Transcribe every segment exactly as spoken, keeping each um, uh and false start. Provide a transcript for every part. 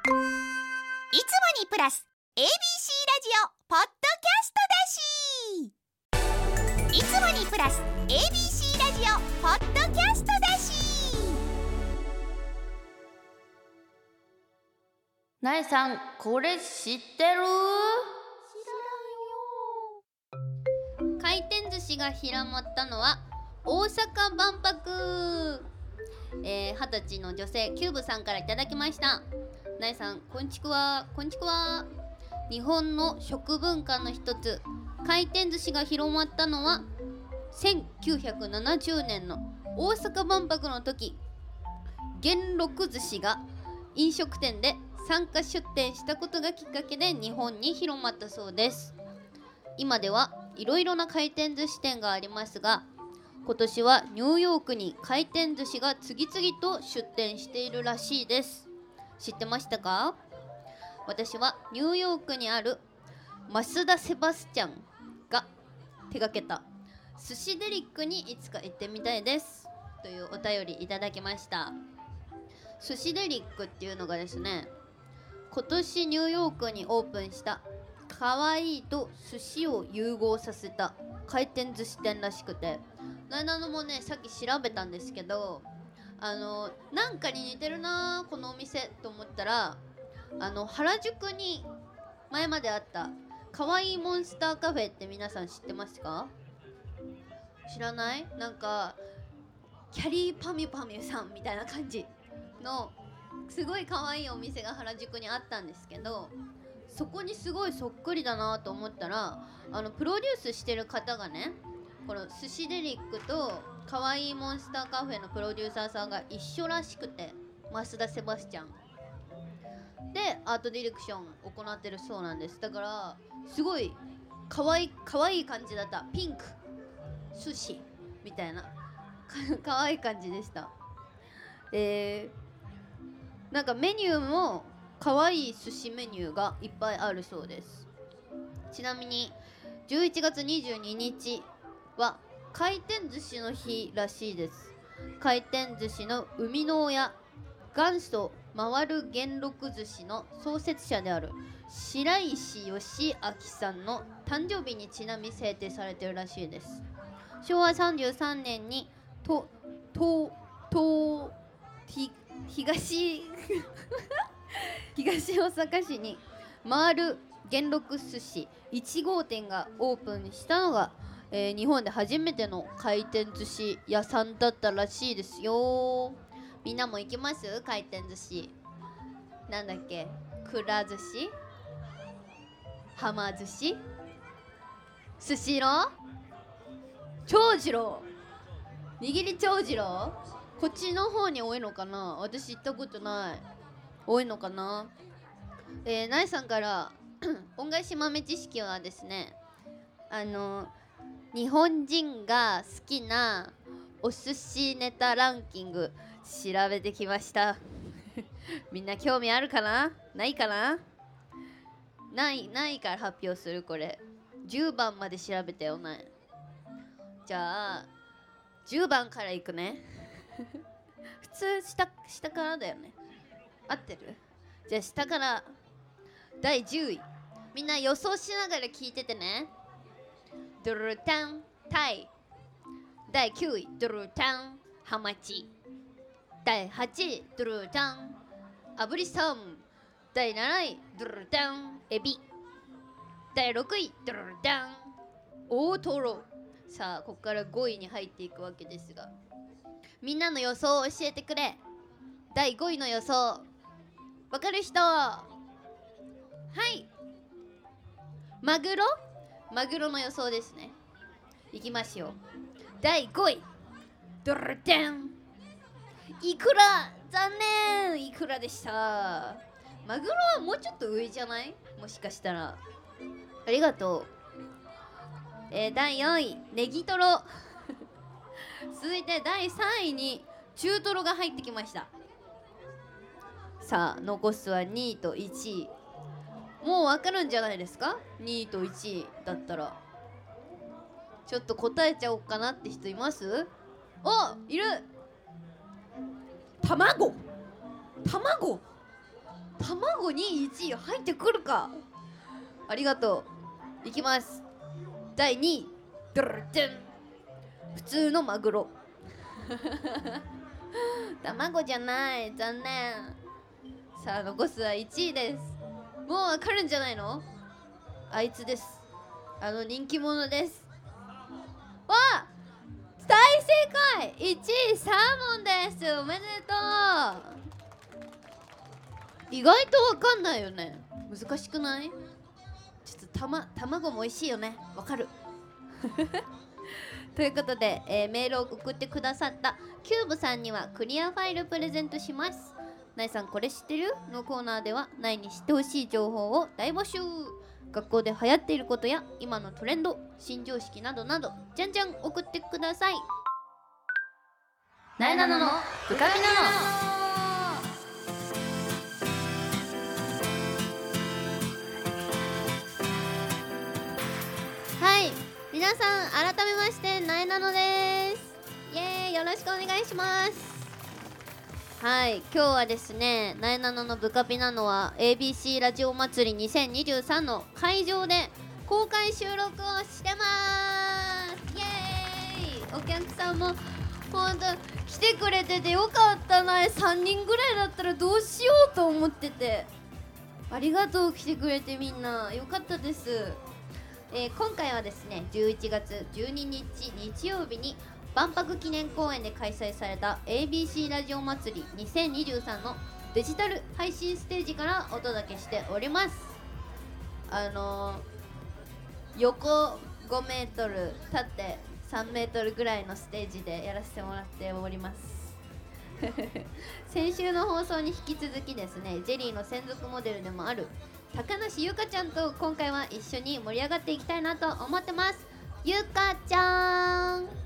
いつもにプラス エービーシー ラジオポッドキャストだし、いつもにプラス エービーシー ラジオポッドキャストだし。 なえさん、これ知ってる？回転寿司が広まったのは大阪万博。えー、はたちの女性キューブさんからいただきました。なえさん、こんちくわ、こんちくわ。日本の食文化の一つ、回転寿司が広まったのはせんきゅうひゃくななじゅうねんの大阪万博の時、元禄寿司が飲食店で参加出店したことがきっかけで日本に広まったそうです。今ではいろいろな回転寿司店がありますが、今年はニューヨークに回転寿司が次々と出店しているらしいです。知ってましたか？私はニューヨークにある増田セバスチャンが手掛けた寿司デリックにいつか行ってみたいですというお便りいただきました。寿司デリックっていうのがですね、今年ニューヨークにオープンしたかわいいと寿司を融合させた回転寿司店らしくて、ななのもね、さっき調べたんですけど、あのなんかに似てるなこのお店と思ったら、あの原宿に前まであったかわいいモンスターカフェって皆さん知ってますか？知らない？なんかキャリーパミュパミュさんみたいな感じのすごいかわいいお店が原宿にあったんですけど、そこにすごいそっくりだなと思ったら、あのプロデュースしてる方がね、この寿司デリックとかわいいモンスターカフェのプロデューサーさんが一緒らしくて、増田セバスチャンでアートディレクションを行ってるそうなんです。だからすごいかわいいかわいい感じだった。ピンク寿司みたいなかわいい感じでした。で、なんかメニューもかわいい寿司メニューがいっぱいあるそうです。ちなみにじゅういちがつにじゅうににちは回転寿司の日らしいです。回転寿司の生みの親、元祖回る元禄寿司の創設者である白石義明さんの誕生日にちなみ制定されているらしいです。しょうわさんじゅうさんねんにとととひ東東大阪市に回る元禄寿司いち号店がオープンしたのが、えー、日本で初めての回転寿司屋さんだったらしいですよ。みんなも行きます？回転寿司なんだっけ、くら寿司、はま寿司、スシロー、長次郎、握り長次郎、こっちの方に多いのかな？私行ったことない。多いのかな？えー、なえさんから恩返し豆知識はですね、あの日本人が好きなお寿司ネタランキング調べてきましたみんな興味あるかな？ないかな？ないないから発表する。これじゅうばんまで調べたよね。じゃあじゅうばんからいくね普通下下からだよね。合ってる？じゃあ下からだいじゅうい、みんな予想しながら聞いててね。ドゥルタンタイ、だいきゅういドゥルタンハマチ、だいはちいドゥルタン炙りサーモン、だいなないドゥルタンエビ、だいろくいドゥルタン大トロ。さあここからごいに入っていくわけですが、みんなの予想を教えてくれ。だいごいの予想わかる人？はい、マグロマグロの予想ですね。いきますよ。だいごいドルテンイクラ。残念、イクラでした。マグロはもうちょっと上じゃない？もしかしたら。ありがとう。えー、だいよんいネギトロ続いてだいさんいに中トロが入ってきました。さあ残すはにいといちい。もうわかるんじゃないですか？にいといちいだったら。ちょっと答えちゃおうかなって人います？お、いる。卵卵卵にいちい入ってくるか。ありがとう。いきます。だいにい、ドゥルルドゥン、普通のマグロ。卵じゃない、残念。さあ残すはいちいです。もうわかるんじゃないの？あいつです。あの人気者です。わあ、大正解。いちいサーモンです。おめでとう。意外とわかんないよね。難しくない？ちょっとたま卵も美味しいよね。わかる。ということで、えー、メールを送ってくださったキューブさんにはクリアファイルプレゼントします。ナイさんこれ知ってる？のコーナーではナイに知ってほしい情報を大募集。学校で流行っていることや今のトレンド、新常識などなどじゃんじゃん送ってください。ナイナノのブカピナノ。はい、皆さん改めましてナイナノです。イエーイ、よろしくお願いします。はい、今日はですね、ナイナノのブカピナノは エービーシー ラジオ祭りにせんにじゅうさんの会場で公開収録をしてます。イエーイ。お客さんもほんと来てくれててよかったな。さんにんぐらいだったらどうしようと思ってて、ありがとう、来てくれてみんなよかったです。えー、今回はですね、じゅういちがつじゅうににち日曜日に万博記念公園で開催された エービーシー ラジオ祭りにせんにじゅうさんのデジタル配信ステージからお届けしております。あのー、横ごメートル、縦さんメートルぐらいのステージでやらせてもらっております。先週の放送に引き続きですね、ジェリーの専属モデルでもある高梨ゆかちゃんと今回は一緒に盛り上がっていきたいなと思ってます。ゆかちゃん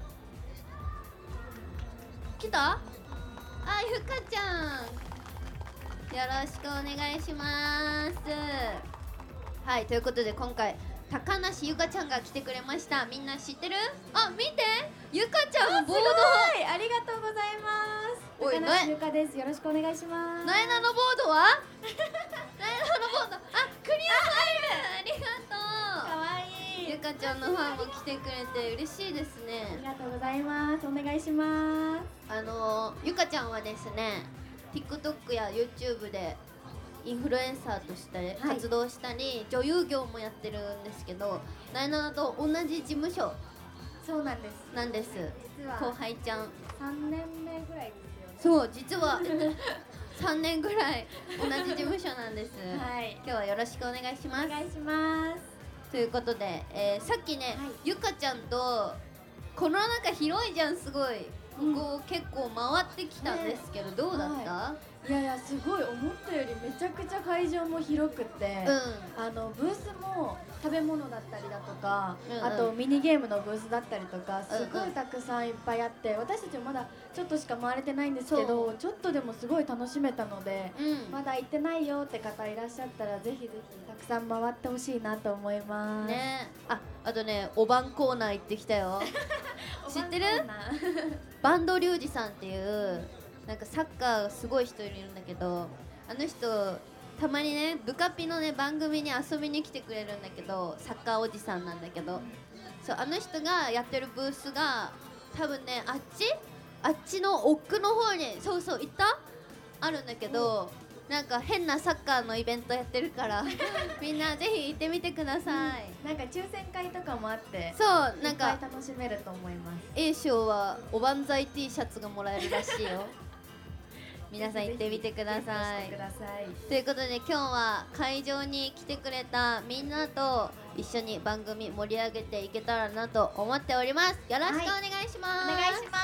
来た？あ、ゆかちゃんよろしくお願いします。はい、ということで今回高梨ゆかちゃんが来てくれました。みんな知ってる？あ、見て、ゆかちゃんのボード。 ありがとうございます。 おい、 高梨ゆかです。よろしくお願いします。 なえなのボードは？なえなのボード、あ、クリアファイル。ありがとう。 かわいい。 ゆかちゃんのファンも来てくれて嬉しいですね。 ありがとうございます。お願いします。 あのゆかちゃんはですね、 TikTok や YouTube でインフルエンサーとして活動したり、はい、女優業もやってるんですけど、なえなのと同じ事務所そうなんですなんです。 実は後輩ちゃんさんねんめぐらいですよね。そう、実はさんねんぐらい同じ事務所なんです。 はい、 今日はよろしくお願いします。 お願いします。 ということで、えー、さっきね、はい、ゆかちゃんとこの中広いじゃん、すごい。ここを結構回ってきたんですけど、ね、どうだった？はい、 いやいや、すごい思ったよりめちゃくちゃ会場も広くて、うん、あのブースも食べ物だったりだとか、うんうん、あとミニゲームのブースだったりとかすごいたくさんいっぱいあって、私たちもまだちょっとしか回れてないんですけど、ちょっとでもすごい楽しめたので、うん、まだ行ってないよって方いらっしゃったらぜひぜひたくさん回ってほしいなと思いますね。 あ、あとね、おばんコーナー行ってきたよ。知ってる？バンドリュウジさんっていうなんかサッカーがすごい人いるんだけど、あの人たまにね、ブカピのね番組に遊びに来てくれるんだけど、サッカーおじさんなんだけど、そう、あの人がやってるブースが多分ね、あっちあっちの奥の方に、そうそう、行ったあるんだけど、なんか変なサッカーのイベントやってるからみんなぜひ行ってみてください。 なんか抽選会とかもあって、 そう、なんかいっぱい楽しめると思います。 A 賞はおばんざい T シャツがもらえるらしいよ。皆さん行ってみてください。ということで今日は会場に来てくれたみんなと一緒に番組盛り上げていけたらなと思っております。よろしくお願いします。 はい、お願いします。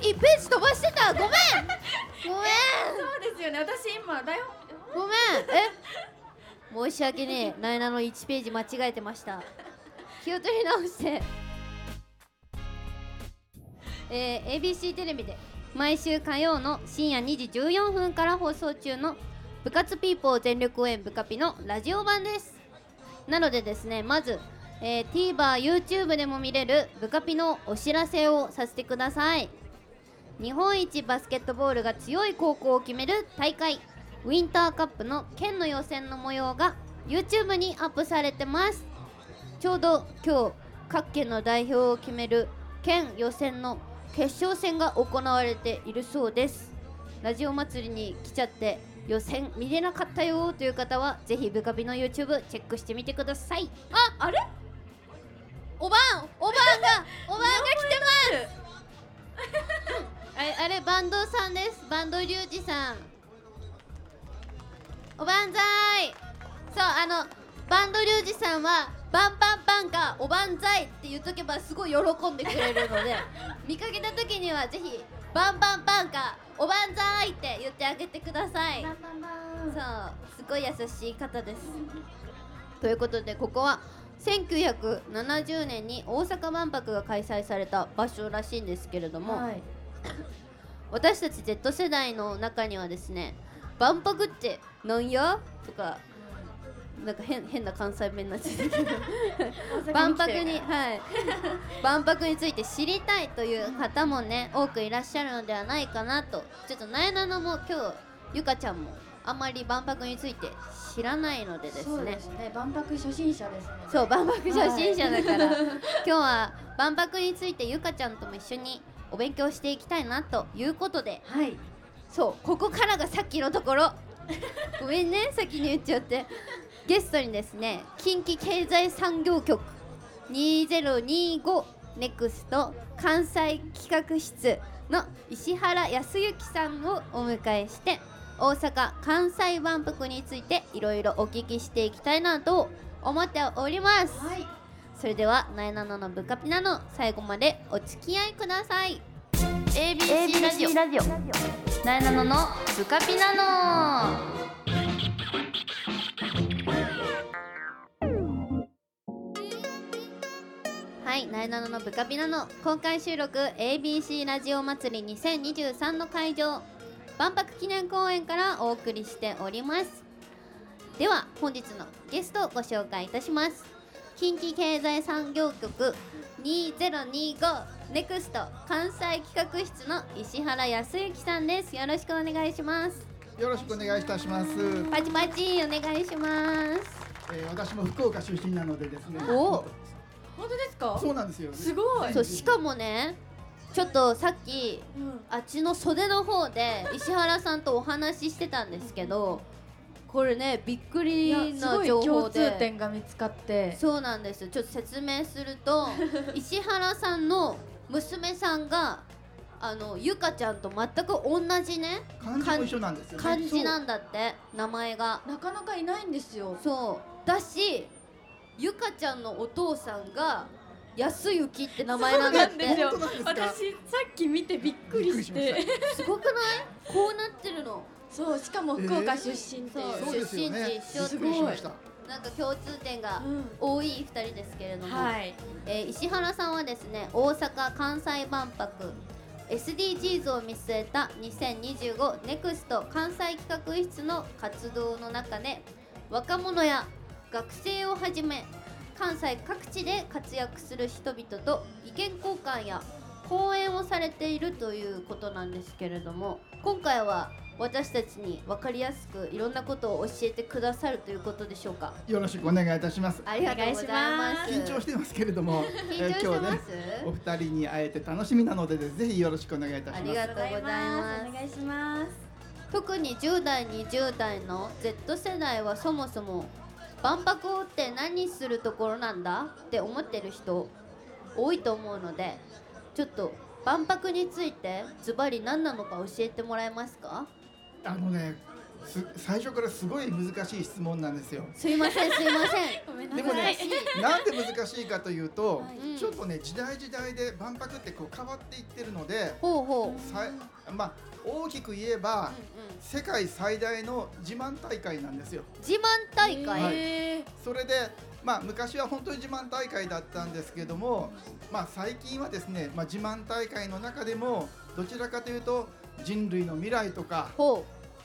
いちページ飛ばしてた。ごめんごめん。 そうですよね、私今だよ。 ごめん、え申し訳ねえ、なえなのいちページ間違えてました。気を取り直して。えー、エービーシー テレビで毎週火曜の深夜にじじゅうよんぷんから放送中の部活ピーポー全力応援部カピのラジオ版です。なのでですね、まず、えー、TVer、YouTube でも見れる部カピのお知らせをさせてください。 日本一バスケットボールが強い高校を決める大会ウィンターカップの県の予選の模様が YouTube にアップされてます。ちょうど今日各県の代表を決める県予選の決勝戦が行われているそうです。ラジオ祭りに来ちゃって予選見れなかったよという方はぜひブカビの YouTube チェックしてみてください。 あ、あれおばんおばんがおばんが来てますあれ、あれバンドさんです。バンドリュウジさんおばんざい。そう、あのバンドリュウジさんはバンバンバンかおばんざいって言っとけばすごい喜んでくれるので見かけた時にはぜひバンバンバンかおばんざいって言ってあげてください。 バンバンバン。 そう、すごい優しい方ですということで、ここはせんきゅうひゃくななじゅうねんに大阪万博が開催された場所らしいんですけれども、 はい、 私たち Z 世代の中にはですね、万博ってなんやとか、なんか 変, 変な関西弁になっちゃったけど万博に、はい、万博について知りたいという方もね多くいらっしゃるのではないかなと。ちょっとなえなのも今日ゆかちゃんもあんまり万博について知らないのでですね。 そうですね、万博初心者ですね。 そう、万博初心者だから、はい、今日は万博についてゆかちゃんとも一緒にお勉強していきたいなということで、 はい、 そうここからがさっきのところごめんね先に言っちゃって。ゲストにですね、近畿経済産業局にせんにじゅうごネクスト関西企画室の石原康之さんをお迎えして大阪・関西万博についていろいろお聞きしていきたいなと思っております、はい、それではなえなののブカピナの最後までお付き合いください。 エービーシー ラジオ、ラジオなえなののブカピナのはい、なえなののブカピナの公開収録 エービーシー ラジオ祭りにせんにじゅうさんの会場万博記念公園からお送りしております。では本日のゲストをご紹介いたします。近畿経済産業局にせんにじゅうごネクスト関西企画室の石原康之さんです。よろしくお願いします。 よろしくお願いいたします。 パチパチお願いします。 えー、私も福岡出身なのでですね。 お、 本当ですか？ そうなんですよ。 すごい。 そう、しかもね、ちょっとさっき、うん、あっちの袖の方で石原さんとお話ししてたんですけどこれねびっくりな情報で共通点が見つかって。 そうなんです。ちょっと説明すると石原さんの娘さんがあのゆかちゃんと全く同じね漢字も一緒なんですよね。 漢字なんだって名前がなかなかいないんですよ。 そうだしゆかちゃんのお父さんが安幸って名前なんだって。 そうなんですよ。私さっき見てびっくりしてすごくない？こうなってるの。 そう、しかも福岡出身っていう、 えー、そう出身地一緒っていうなんか共通点が多いふたりですけれども、うん、はい、えー、石原さんはですね大阪・関西万博 エスディージーズ を見据えたにせんにじゅうごネクスト関西企画室の活動の中で若者や学生をはじめ関西各地で活躍する人々と意見交換や講演をされているということなんですけれども、今回は私たちに分かりやすくいろんなことを教えてくださるということでしょうか。 よろしくお願いいたします。 ありがとうございます。 緊張してますけれども緊張してます、 今日ねお二人に会えて楽しみなのでぜひよろしくお願いいたします。 ありがとうございます。 お願いします。 特にじゅう代にじゅう代の Z 世代はそもそも万博って何するところなんだって思ってる人多いと思うので、ちょっと万博についてズバリ何なのか教えてもらえますか？ あのね、最初からすごい難しい質問なんですよ。 すいませんすいませんごめんなさい。 でもね、なんで難しいかというと、 はい、 ちょっとね時代時代で万博ってこう変わっていってるので、 ほうほう、 さまあ大きく言えば、うんうん、世界最大の自慢大会なんですよ。 自慢大会、 はい、それでまあ昔は本当に自慢大会だったんですけども、まあ最近はですね、まあ、自慢大会の中でもどちらかというと人類の未来とか、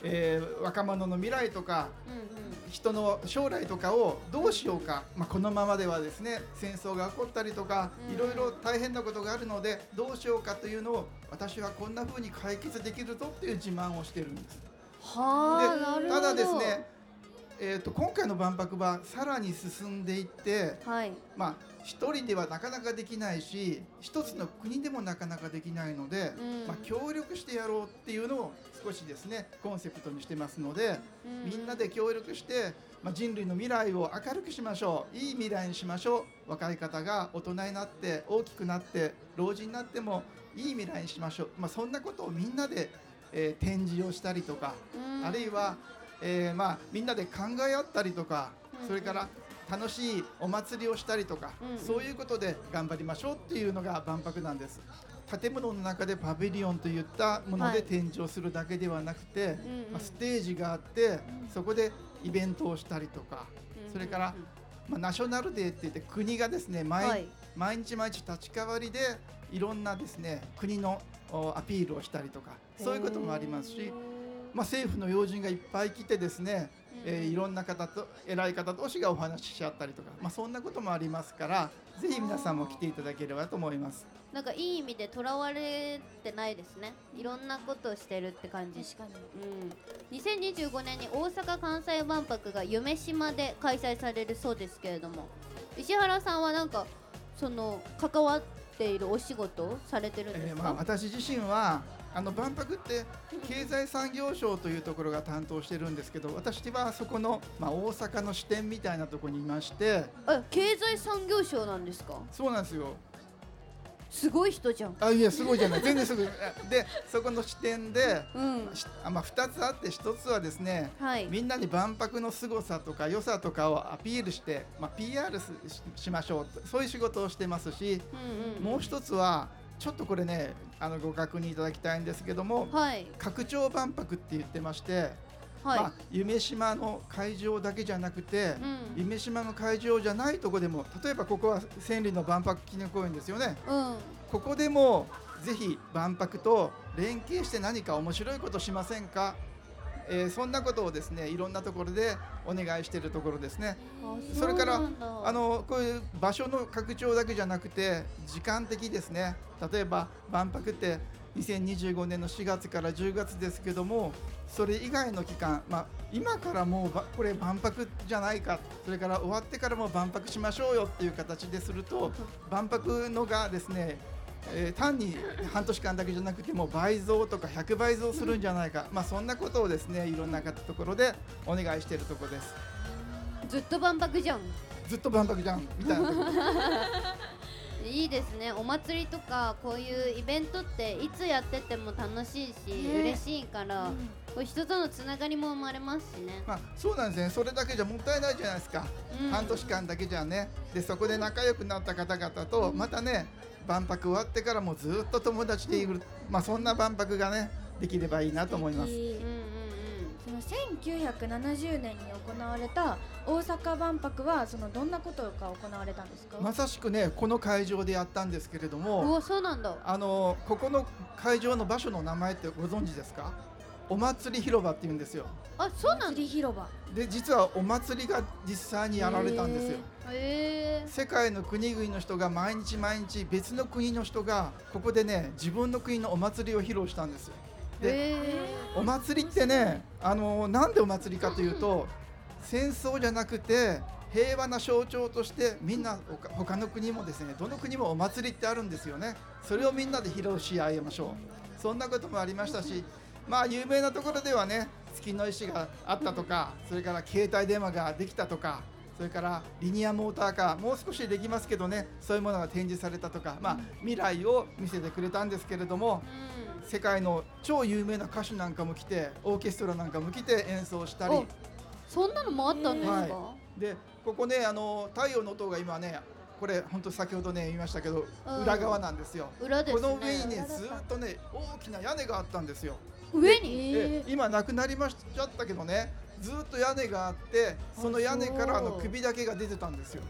えー、若者の未来とか、 うんうん、 人の将来とかをどうしようか、まあ、このままではですね戦争が起こったりとか、 うん、 いろいろ大変なことがあるのでどうしようかというのを私はこんな風に解決できるぞっていう自慢をしてるんです。 はあ、なるほど。 ただですね、えー、と今回の万博はさらに進んでいって、 はい、 まあ一人ではなかなかできないし一つの国でもなかなかできないので、 うん、 まあ、協力してやろうっていうのを少しですねコンセプトにしてますので、うん、みんなで協力して、まあ、人類の未来を明るくしましょう、いい未来にしましょう、若い方が大人になって大きくなって老人になってもいい未来にしましょう、まあ、そんなことをみんなで、えー、展示をしたりとか、うん、あるいは、えーまあ、みんなで考え合ったりとか、それから楽しいお祭りをしたりとか、うんうん、そういうことで頑張りましょうっていうのが万博なんです。建物の中でパビリオンといったもので展示をするだけではなくて、はい、まあ、ステージがあって、うん、そこでイベントをしたりとか、うん、それから、まあ、ナショナルデーって言って国がですね 毎,、はい、毎日毎日立ち代わりでいろんなですね国のアピールをしたりとか、そういうこともありますし、まあ、政府の要人がいっぱい来てですね、えー、いろんな方と偉い方同士がお話ししちゃったりとか、まあ、そんなこともありますから、ぜひ皆さんも来ていただければと思います。 なんかいい意味でとらわれてないですね。いろんなことをしてるって感じ。 確かに、 うん、にせんにじゅうごねんに大阪・関西万博が夢洲で開催されるそうですけれども、石原さんはなんかその関わっているお仕事をされてるんですか？ えーまあ、私自身はあの万博って経済産業省というところが担当してるんですけど、私はそこの、まあ、大阪の支店みたいなところにいまして。 あ、経済産業省なんですか？ そうなんですよ。 すごい人じゃん。 あ、いやすごいじゃない、全然すごいでそこの支店で、 うん、 あ、まあ、ふたつあって、ひとつはですね、 はい、 みんなに万博の凄さとか良さとかをアピールして、まあ、ピーアール し, しましょう、そういう仕事をしてますし、うんうん、もう一つはちょっとこれね、あのご確認いただきたいんですけども、 はい、 拡張万博って言ってまして、 はい、 まあ、夢洲の会場だけじゃなくて、うん、夢洲の会場じゃないとこでも、例えばここは千里の万博記念公園ですよね、うん、ここでもぜひ万博と連携して何か面白いことしませんか、えー、そんなことをですねいろんなところでお願いしているところですね。それからあのこういう場所の拡張だけじゃなくて時間的ですね。例えば万博ってにせんにじゅうごねんのしがつからじゅうがつですけども、それ以外の期間、まあ、今からもうこれ万博じゃないか、それから終わってからも万博しましょうよっていう形ですると、万博のがですね、えー、単に半年間だけじゃなくても倍増とかひゃくばい増するんじゃないか、まあ、そんなことをですねいろんなところでお願いしているところです。 ずっと万博じゃん、 ずっと万博じゃんみたいなところいいですね。お祭りとかこういうイベントっていつやってても楽しいし、ね、嬉しいから、うん、こう人とのつながりも生まれますしね。 まあ、そうなんですね。それだけじゃもったいないじゃないですか、うん、半年間だけじゃね。でそこで仲良くなった方々とまたね、万博終わってからもずっと友達でいる、うん、まあ、そんな万博がねできればいいなと思います。うんうん、 そのせんきゅうひゃくななじゅうねんに行われた大阪万博はそのどんなことが行われたんですか？ まさしくねこの会場でやったんですけれども、 うわ、そうなんだ。 あのここの会場の場所の名前ってご存知ですか？お祭り広場って言うんですよ。 あ、そうなんだ。お祭り広場で、実はお祭りが実際にやられたんですよ。 へー。 世界の国々の人が毎日毎日別の国の人がここでね自分の国のお祭りを披露したんですよ。で、お祭りってね、あのなんでお祭りかというと、戦争じゃなくて平和な象徴としてみんな他の国もですね、どの国もお祭りってあるんですよね。それをみんなで披露し合いましょう。そんなこともありましたし、まあ有名なところではね、月の石があったとか、それから携帯電話ができたとか、それからリニアモーターカー、もう少しできますけどね、そういうものが展示されたとか、まあ未来を見せてくれたんですけれども、世界の超有名な歌手なんかも来て、オーケストラなんかも来て演奏したり。 そんなのもあったんですか？ はい、でここね、あの太陽の塔が今ね、これ本当先ほどね言いましたけど、裏側なんですよ。 裏ですね。 この上にねずっとね大きな屋根があったんですよ。 上に？ で今なくなりましちゃったけどね、ずっと屋根があって、その屋根からあの首だけが出てたんですよ。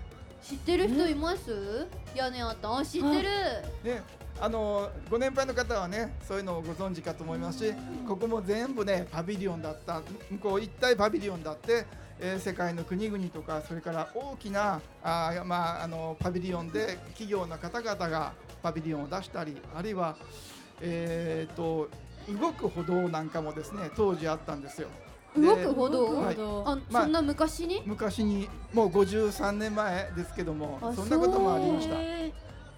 知ってる人います？屋根あった。あ、知ってる。 ね、あのご年配の方はねそういうのをご存知かと思いますし、ここも全部ねパビリオンだった。向こう一体パビリオンだって、えー、世界の国々とかそれから大きなあ、まあ、あのパビリオンで企業の方々がパビリオンを出したり、あるいは、えー、と動く歩道なんかもですね当時あったんですよ。 動く歩道、 はい、 あ、まあ、そんな昔に昔にもうごじゅうさんねんまえですけども、そんなこともありました。 へ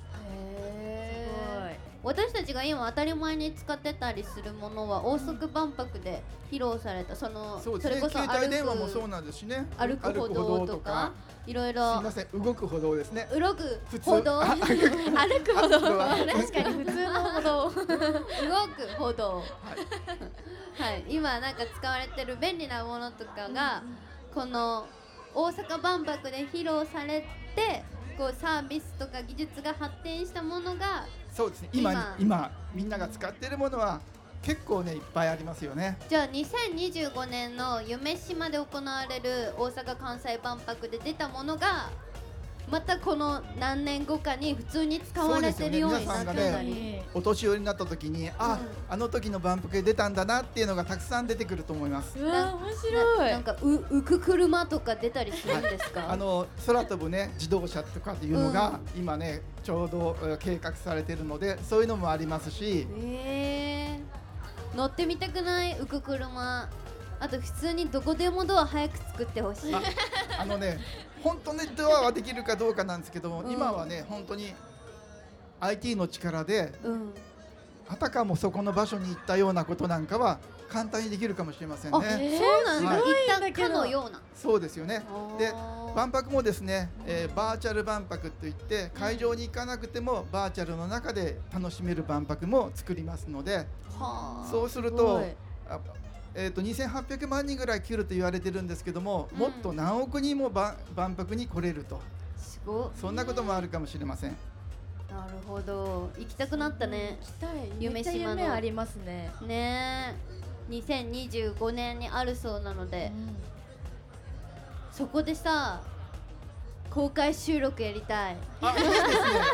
ー、私たちが今当たり前に使ってたりするものは大阪万博で披露された、そのそうですね、 それこそ携帯電話もそうなんですしね、 歩く歩道とかいろいろ。 すみません、動く歩道ですね。 動く歩道歩く歩道は確かに普通の歩道動く歩道、はいはい、今なんか使われてる便利なものとかが、この大阪万博で披露されて、こうサービスとか技術が発展したものが、 そうですね、今今今みんなが使っているものは結構ねいっぱいありますよね。 じゃあにせんにじゅうごねんの夢洲で行われる大阪・関西万博で出たものがまたこの何年後かに普通に使われてるようになってたり、 ね、ね、お年寄りになった時に、あ、うん、あの時の万博で出たんだなっていうのがたくさん出てくると思います。 うわ、面白い。 な, なんかう浮く車とか出たりするんですか？ はい、あの空飛ぶね自動車とかっていうのが、うん、今ねちょうど計画されているので、そういうのもありますし、 えー、乗ってみたくない？浮く車。あと普通にどこでもドア早く作ってほしい。 あ, あのね本当にドアはできるかどうかなんですけども、うん、今はね本当に アイティー の力で、うん、あたかもそこの場所に行ったようなことなんかは簡単にできるかもしれませんね。 えー、そうなんだ、はい、行ったかのような。 そうですよね。で万博もですね、えー、バーチャル万博といって会場に行かなくてもバーチャルの中で楽しめる万博も作りますので、はあ、そうするとあえー、とにせんはっぴゃくまんにんぐらい来ると言われてるんですけども、うん、もっと何億人も万博に来れると、 すごい、 そんなこともあるかもしれません。 なるほど、行きたくなったね。 行きたい、 夢洲の夢ありますね。 ねえ、にせんにじゅうごねんにあるそうなので、うん、そこでさ公開収録やりたい。 あ、いいですね。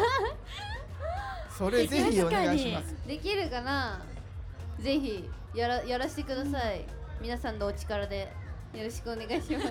それぜひお願いします。 できるかな。ぜひやら、やらせてください、うん、皆さんのお力でよろしくお願いします。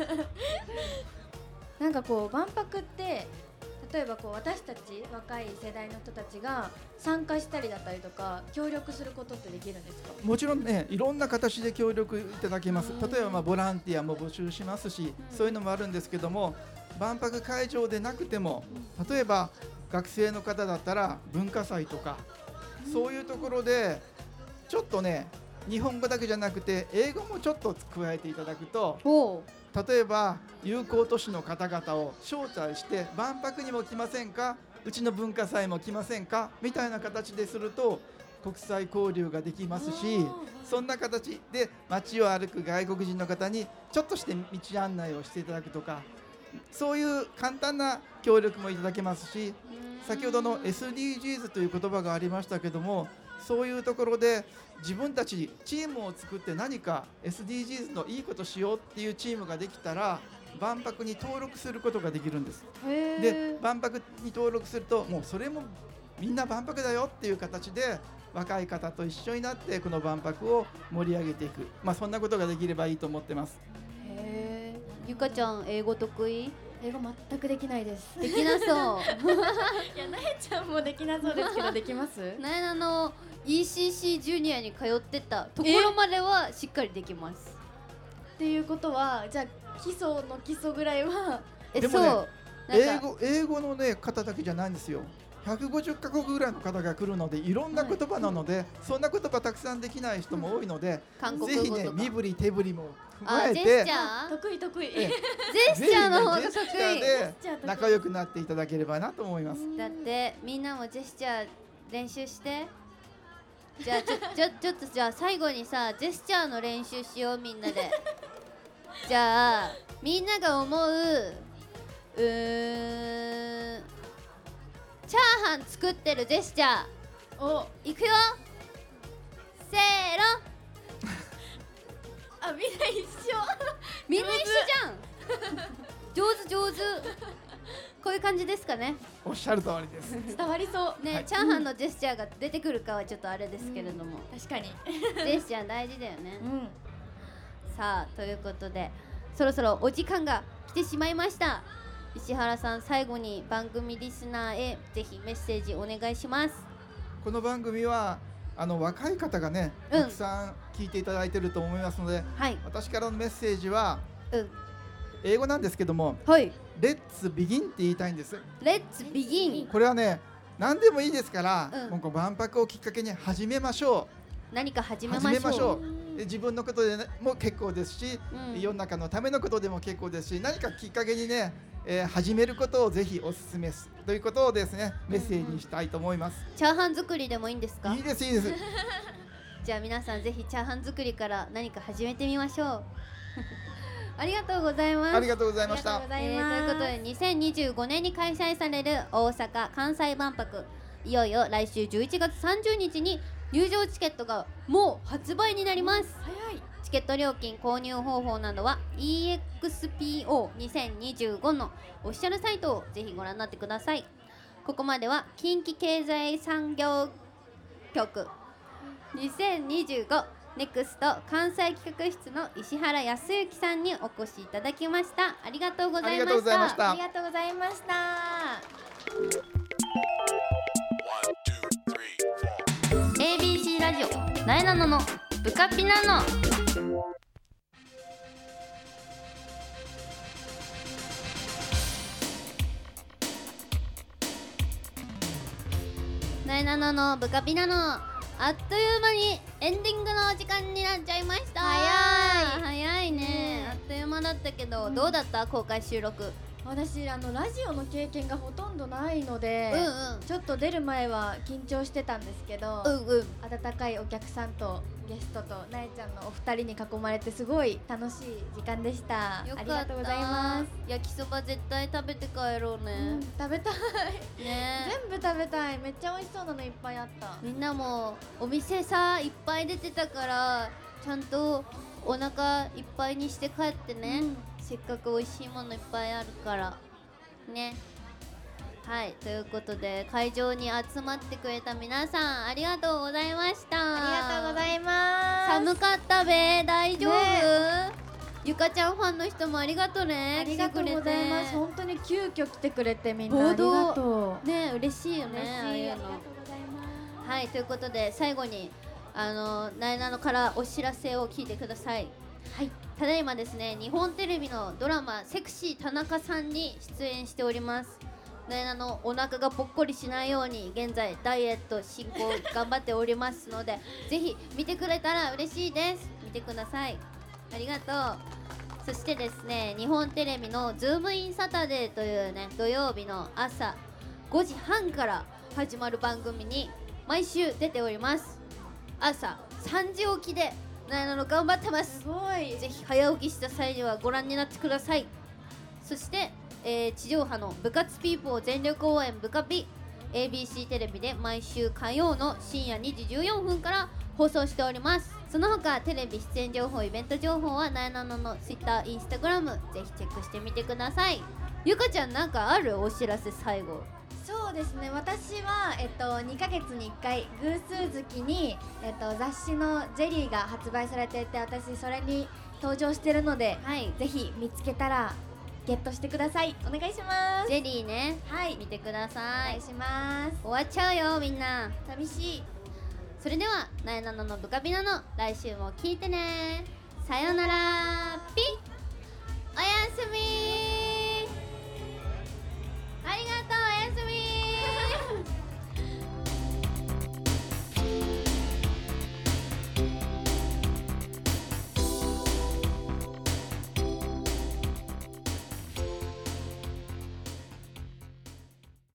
なんかこう万博って例えばこう私たち若い世代の人たちが参加したりだったりとか協力することってできるんですか？ もちろんね、いろんな形で協力いただけます。例えばまあボランティアも募集しますし、うん、そういうのもあるんですけども、万博会場でなくても例えば学生の方だったら文化祭とか、うん、そういうところでちょっとね日本語だけじゃなくて英語もちょっと加えていただくと、例えば友好都市の方々を招待して万博にも来ませんか、うちの文化祭も来ませんかみたいな形ですると国際交流ができますし、そんな形で街を歩く外国人の方にちょっとして道案内をしていただくとか、そういう簡単な協力もいただけますし、先ほどの エスディージーズ という言葉がありましたけども、そういうところで自分たちチームを作って何か エスディージーズ のいいことしようっていうチームができたら万博に登録することができるんです。で万博に登録するともうそれもみんな万博だよっていう形で若い方と一緒になってこの万博を盛り上げていく、まあ、そんなことができればいいと思ってます。 へー、ゆかちゃん英語得意？ 英語全くできないです。 できなそう。いや、 なえちゃんもできなそうですけど、できます？ なえあの イーシーシー ジュニアに通ってたところまではしっかりできます。 っていうことは、じゃあ基礎の基礎ぐらいはえ、 でもね、 そう英語英語のね方だけじゃないんですよ。ひゃくごじゅっかこくぐらいの方が来るのでいろんな言葉なので、はい、そんな言葉たくさんできない人も多いので、 うん、 ぜひね身振り手振りも踏まえて、 ジェスチャー得意得意ジェスチャーの方が得意、 ジェスチャーで仲良くなっていただければなと思います。 だってみんなもジェスチャー練習して。じゃあちょちょちょっとじゃあ最後にさジェスチャーの練習しようみんなで。じゃあみんなが思ううーんチャーハン作ってるジェスチャーおいくよ、せーの。 あ、みんな一緒。 みんな一緒じゃん。上手上手。 こういう感じですかね。 おっしゃる通りです。 伝わりそうね、 はいチャーハンのジェスチャーが出てくるかはちょっとあれですけれども、 確かにジェスチャー大事だよね。 うんさあということでそろそろお時間が来てしまいました。石原さん、最後に番組リスナーへぜひメッセージお願いします。 この番組はあの若い方がね、 うんたくさん聞いていただいていると思いますので、 はい私からのメッセージはうん英語なんですけども、 はいレッツビギンって言いたいんです。 レッツビギン。 これはね、何でもいいですから、 うんもうこう万博をきっかけに始めましょ何か始う。 めましょう。 始めましょう。で自分のことで、ね、も結構ですし、 うん世の中のためのことでも結構ですし、何かきっかけにね、えー始めることをぜひお勧めすということをですね、メッセージにしたいと思います。 チャーハン作りでもいいんですか？ いいですいいです。 じゃあ皆さんぜひチャーハン作りから何か始めてみましょう。ありがとうございます。 ありがとうございましたありがとうご。ざいえーますということでにせんにじゅうごねんに開催される大阪・関西万博、いよいよ来週じゅういちがつさんじゅうにちに入場チケットがもう発売になります。 早いチケット料金、購入方法などは イーエックスピーオーにせんにじゅうご のオフィシャルサイトをぜひご覧になってください。ここまでは近畿経済産業局にせんにじゅうごネクスト関西企画室の石原康之さんにお越しいただきました。ありがとうございました。 ありがとうございましたありがとうございました。 エービーシー ラジオなえなののブカピナノ。なえなののブカピナノ、あっという間にエンディングのお時間になっちゃいました。 早い早いね、あっという間だったけど、どうだった公開収録？ 私あのラジオの経験がほとんどないので、 うんうんちょっと出る前は緊張してたんですけど、 うんうん温かいお客さんとゲストとなえちゃんのお二人に囲まれてすごい楽しい時間でした。 よかった。 ありがとうございます。 焼きそば絶対食べて帰ろうね、 うん食べたいね全部食べたい。めっちゃ美味しそうなのいっぱいあった。 みんなもお店さいっぱい出てたからちゃんとお腹いっぱいにして帰ってね、 うんせっかく美味しいものいっぱいあるからね。はい、ということで会場に集まってくれた皆さんありがとうございました。 ありがとうございます。 寒かったべ、大丈夫、 ねゆかちゃんファンの人もありがとね。 ありがとうございます。 来てくれて本当に急遽来てくれてみんなあり暴動がとう。 ね、嬉しいよね。 嬉しい。 ああいうのありがとうございます。 はい、ということで最後にあのなえなのからお知らせを聞いてください。 はい。 ただいまですね、日本テレビのドラマセクシー田中さんに出演しております。なえなのお腹がぽっこりしないように現在ダイエット進行頑張っておりますのでぜひ見てくれたら嬉しいです。見てください。ありがとう。そしてですね、日本テレビのズームインサタデーというね土曜日の朝ごじはんから始まる番組に毎週出ております。朝さんじ起きでなえなの頑張ってます。 すごい。 ぜひ早起きした際にはご覧になってください。そして、えー地上波の部活ピーポー全力応援部カピ エービーシー テレビで毎週火曜の深夜にじじゅうよんぷんから放送しております。その他テレビ出演情報イベント情報はなえなのの Twitter、Instagram ぜひチェックしてみてください。ゆかちゃんなんかあるお知らせ最後？ そうですね。私はえっとにかげつにいっかい偶数月にえっと雑誌のゼリーが発売されていて、私それに登場してるので、 はい、 ぜひ見つけたらゲットしてください。お願いします。 ゼリーね、 はい。 見てくだおさい。 願いします。 終わっちゃうよみんな。 寂しい。 それではなえなののブカビナの来週も聞いてね。さよならピッ、おやすみ。ありがとう。